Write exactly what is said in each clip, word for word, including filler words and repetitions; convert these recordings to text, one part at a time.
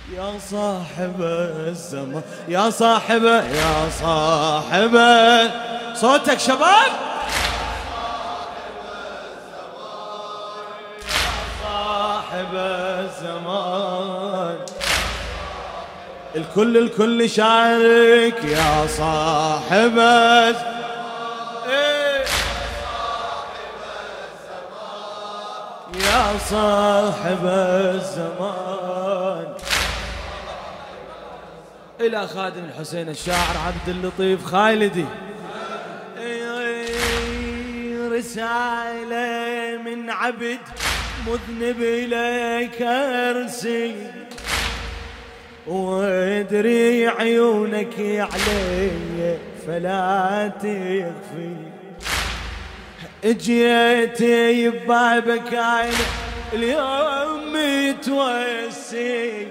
يا صاحب الزمان يا صاحب يا صاحب صوتك شباب. صاحب الزمان الكل الكل شارك يا صاحب الزمان. يا صاحب الزمان إلى خادم الحسين الشاعر عبد اللطيف خالدي. رسالة من عبد مذنب إليك أرسل، وادري عيونك علي فلا تخفي. اجيتي ببابك عين اليوم متوسل،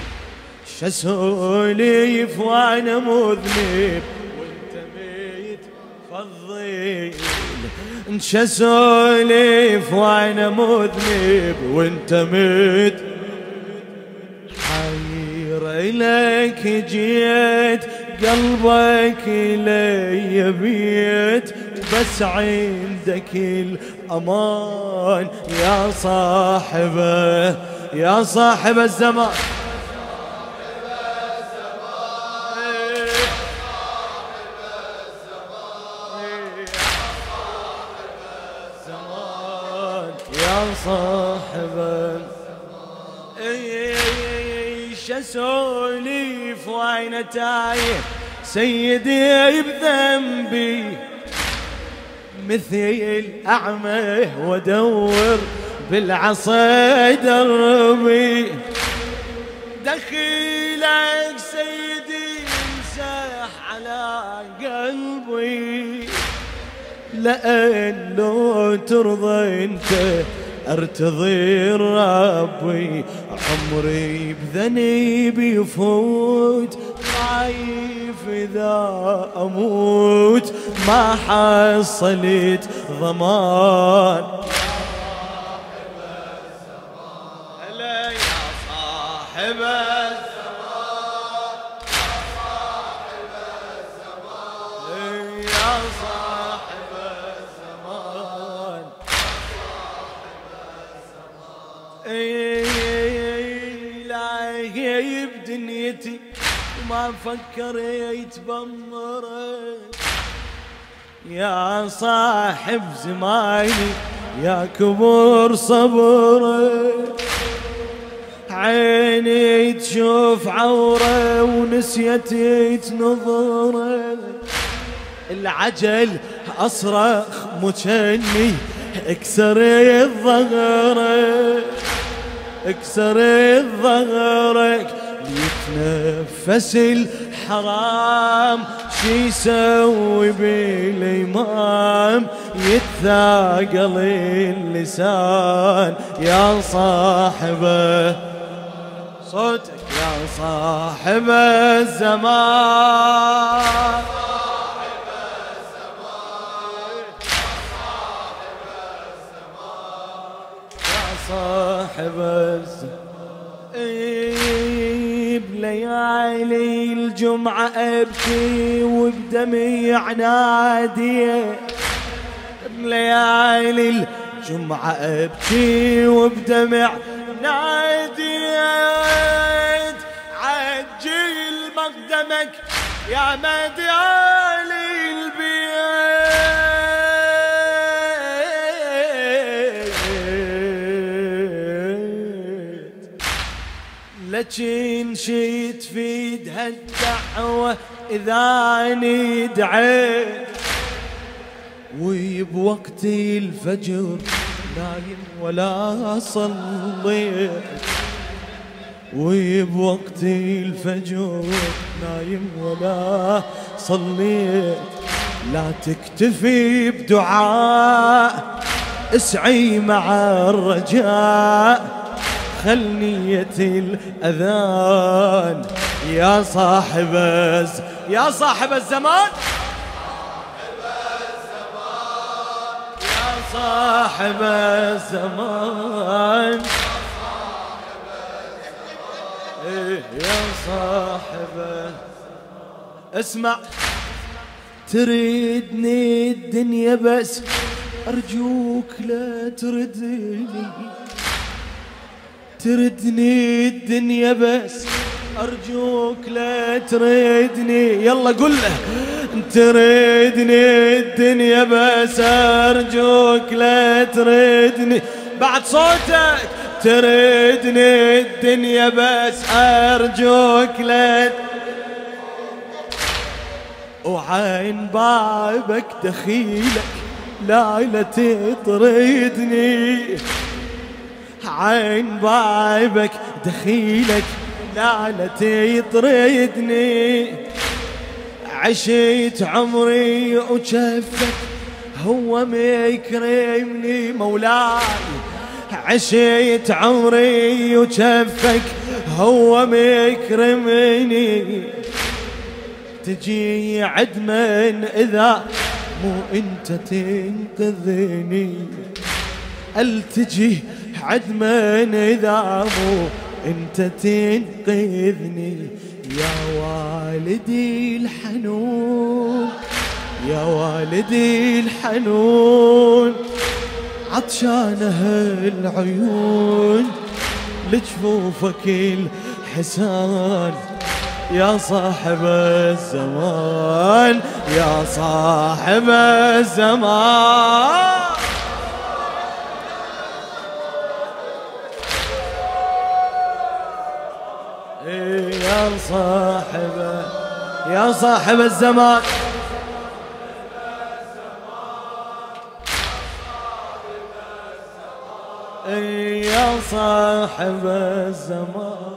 شسوليف وانا مذنب وانت ميت فضيل. شسوليف وانا مذنب وانت ميت حير اليك جيت قلبك لي بيت، بس عندك الأمان يا صاحبه يا صاحب الزمان. يا صاحب ايش اسولف وانا تايه سيدي بذنبي، مثل أعمى وادور بالعصا دربي. دخيلك سيدي مسح على قلبي، لأن لو ترضى انت ارتضي ربي. عمري بذنبي يفوت خايف إذا أموت ما حصلت ضمان. هلا يا صاحب الزمان يا صاحب الزمان لا بدنيتي ما فكرت بمرك يا صاحب زماني يا كبر صبرك. عيني تشوف عورة ونسيت تنظرك، العجل أصرخ مجني اكسر الظهرك اكسر ظهرك. يتنفس الحرام شي يسوي بالإمام، يتثاقل اللسان يا صاحبه صوتك يا صاحب الزمان. صاحب الزمان بليالي الجمعة أبكي وبدمع نادية، بليالي الجمعة أبكي وبدمع نادية. عجل مقدمك يا مديالي البيت، لكن شيت في هالدعوة إذا ندعيت، وبوقت الفجر نايم ولا صليت، وبوقت الفجر نايم ولا صليت. لا تكتفي بدعاء اسعي مع الرجاء، خل نية الأذان يا صاحب الز... يا صاحب الزمان يا صاحب الزمان إيه يا صاحبه اسمع، تريدني الدنيا بس أرجوك لا تردني، تردني الدنيا بس أرجوك لا تردني. يلا قل له تريدني الدنيا بس أرجوك لا تردني، بعد صوتك تريدني الدنيا بس أرجوك لا، وعين بابك دخيلك لا لا تطردني، عين بابك دخيلك لا لا تطردني، عشيت عمري وجفك هو ما يكرمني مولاي، عشيت عمري وجفك هو ما يكرمني، تجي عدمن إذا مو أنت تنقذني، التجي عدمن إذا مو أنت تنقذني، يا والدي الحنون يا والدي الحنون، عطشانه العيون لجفوفك الحسان، يا صاحب الزمان يا صاحب الزمان. إيه يا صاحب يا صاحب الزمان، إيه يا صاحب الزمان.